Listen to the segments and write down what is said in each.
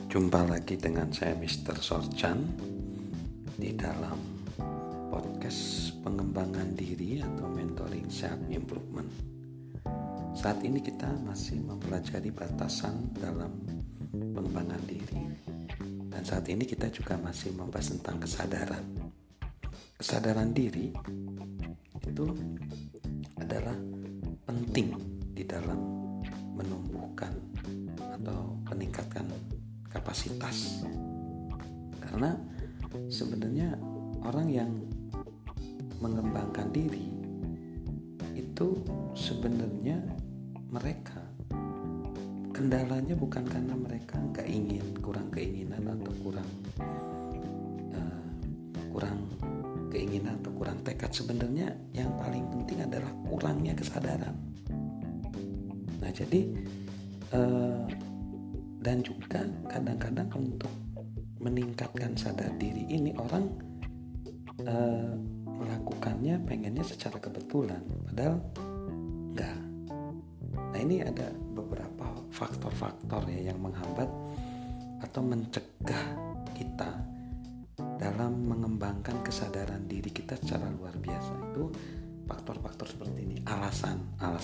Jumpa lagi dengan saya Mr. Sorchan di dalam podcast pengembangan diri atau mentoring self improvement. Saat ini kita masih mempelajari batasan dalam pengembangan diri, dan saat ini kita juga masih membahas tentang kesadaran. Kesadaran diri itu adalah penting di dalam menumbuhkan atau meningkatkan kapasitas, karena sebenarnya orang yang mengembangkan diri itu sebenarnya mereka kendalanya bukan karena mereka kurang keinginan atau kurang keinginan atau kurang tekad. Sebenarnya yang paling penting adalah kurangnya kesadaran. Nah, jadi dan juga kadang-kadang untuk meningkatkan sadar diri ini orang melakukannya pengennya secara kebetulan, padahal enggak. Nah, ini ada beberapa faktor-faktor ya yang menghambat atau mencegah kita dalam mengembangkan kesadaran diri kita secara luar biasa. Itu faktor-faktor seperti ini: alasan,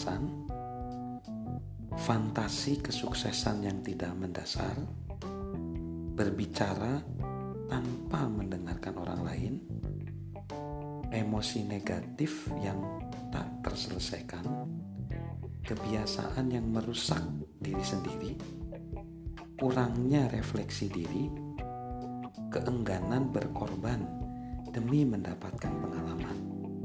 fantasi kesuksesan yang tidak mendasar, berbicara tanpa mendengarkan orang lain, emosi negatif yang tak terselesaikan, kebiasaan yang merusak diri sendiri, kurangnya refleksi diri, keengganan berkorban demi mendapatkan pengalaman.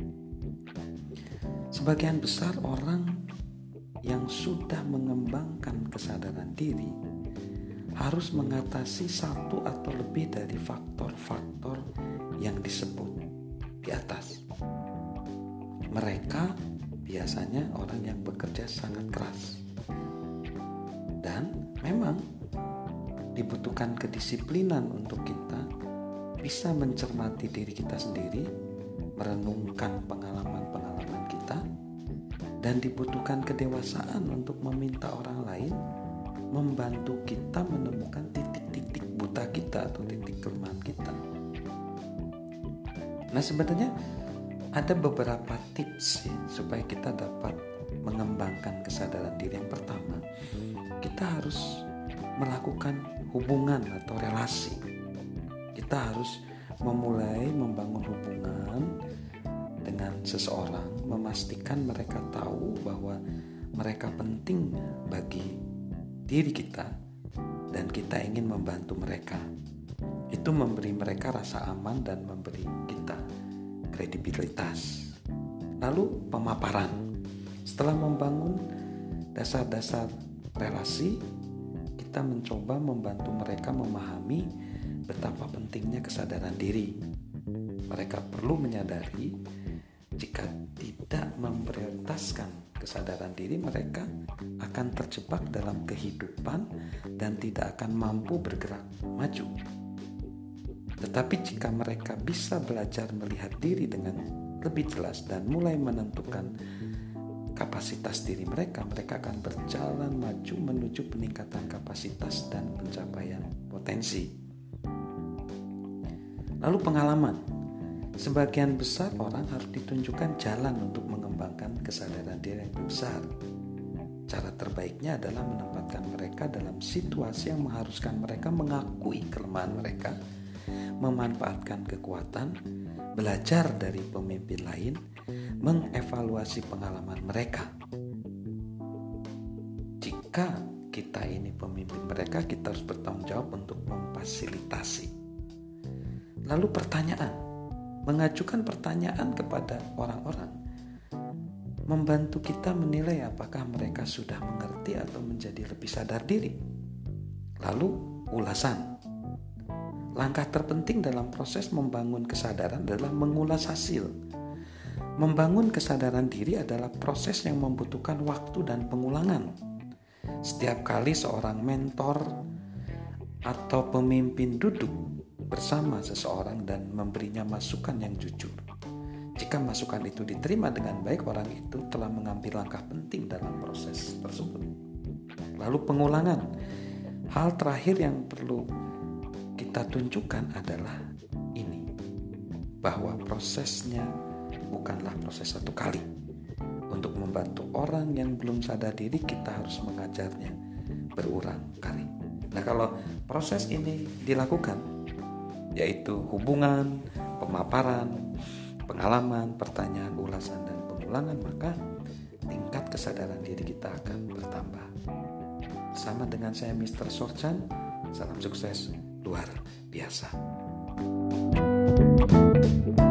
Sebagian besar orang yang sudah mengembangkan kesadaran diri harus mengatasi satu atau lebih dari faktor-faktor yang disebut di atas. Mereka biasanya orang yang bekerja sangat keras, dan memang dibutuhkan kedisiplinan untuk kita bisa mencermati diri kita sendiri, merenungkan pengalaman-pengalaman kita, dan dibutuhkan kedewasaan untuk meminta orang lain membantu kita menemukan titik-titik buta kita atau titik kelemahan kita. Nah, sebenarnya ada beberapa tips supaya kita dapat mengembangkan kesadaran diri. Yang pertama, kita harus melakukan hubungan atau relasi. Kita harus memulai membangun hubungan dengan seseorang, memastikan mereka tahu bahwa mereka penting bagi diri kita dan kita ingin membantu mereka. Itu memberi mereka rasa aman dan memberi kita kredibilitas. Lalu pemaparan. Setelah membangun dasar-dasar relasi, kita mencoba membantu mereka memahami betapa pentingnya kesadaran diri. Mereka perlu menyadari jika tidak memprioritaskan kesadaran diri, mereka akan terjebak dalam kehidupan dan tidak akan mampu bergerak maju. Tetapi jika mereka bisa belajar melihat diri dengan lebih jelas dan mulai menentukan kapasitas diri mereka, mereka akan berjalan maju menuju peningkatan kapasitas dan pencapaian potensi. Lalu pengalaman. Sebagian besar orang harus ditunjukkan jalan untuk mengembangkan kesadaran diri yang besar. Cara terbaiknya adalah menempatkan mereka dalam situasi yang mengharuskan mereka mengakui kelemahan mereka, memanfaatkan kekuatan, belajar dari pemimpin lain, mengevaluasi pengalaman mereka. Jika kita ini pemimpin mereka, kita harus bertanggung jawab untuk memfasilitasi. Lalu pertanyaan. Mengajukan pertanyaan kepada orang-orang membantu kita menilai apakah mereka sudah mengerti atau menjadi lebih sadar diri. Lalu ulasan. Langkah terpenting dalam proses membangun kesadaran adalah mengulas hasil. Membangun kesadaran diri adalah proses yang membutuhkan waktu dan pengulangan. Setiap kali seorang mentor atau pemimpin duduk bersama seseorang dan memberinya masukan yang jujur, jika masukan itu diterima dengan baik, orang itu telah mengambil langkah penting dalam proses tersebut. Lalu pengulangan. Hal terakhir yang perlu kita tunjukkan adalah ini, bahwa prosesnya bukanlah proses satu kali. Untuk membantu orang yang belum sadar diri, kita harus mengajarnya berulang kali. Nah, kalau proses ini dilakukan, yaitu hubungan, pemaparan, pengalaman, pertanyaan, ulasan, dan pengulangan, maka tingkat kesadaran diri kita akan bertambah. Sama dengan saya, Mr. Sorchan, salam sukses luar biasa.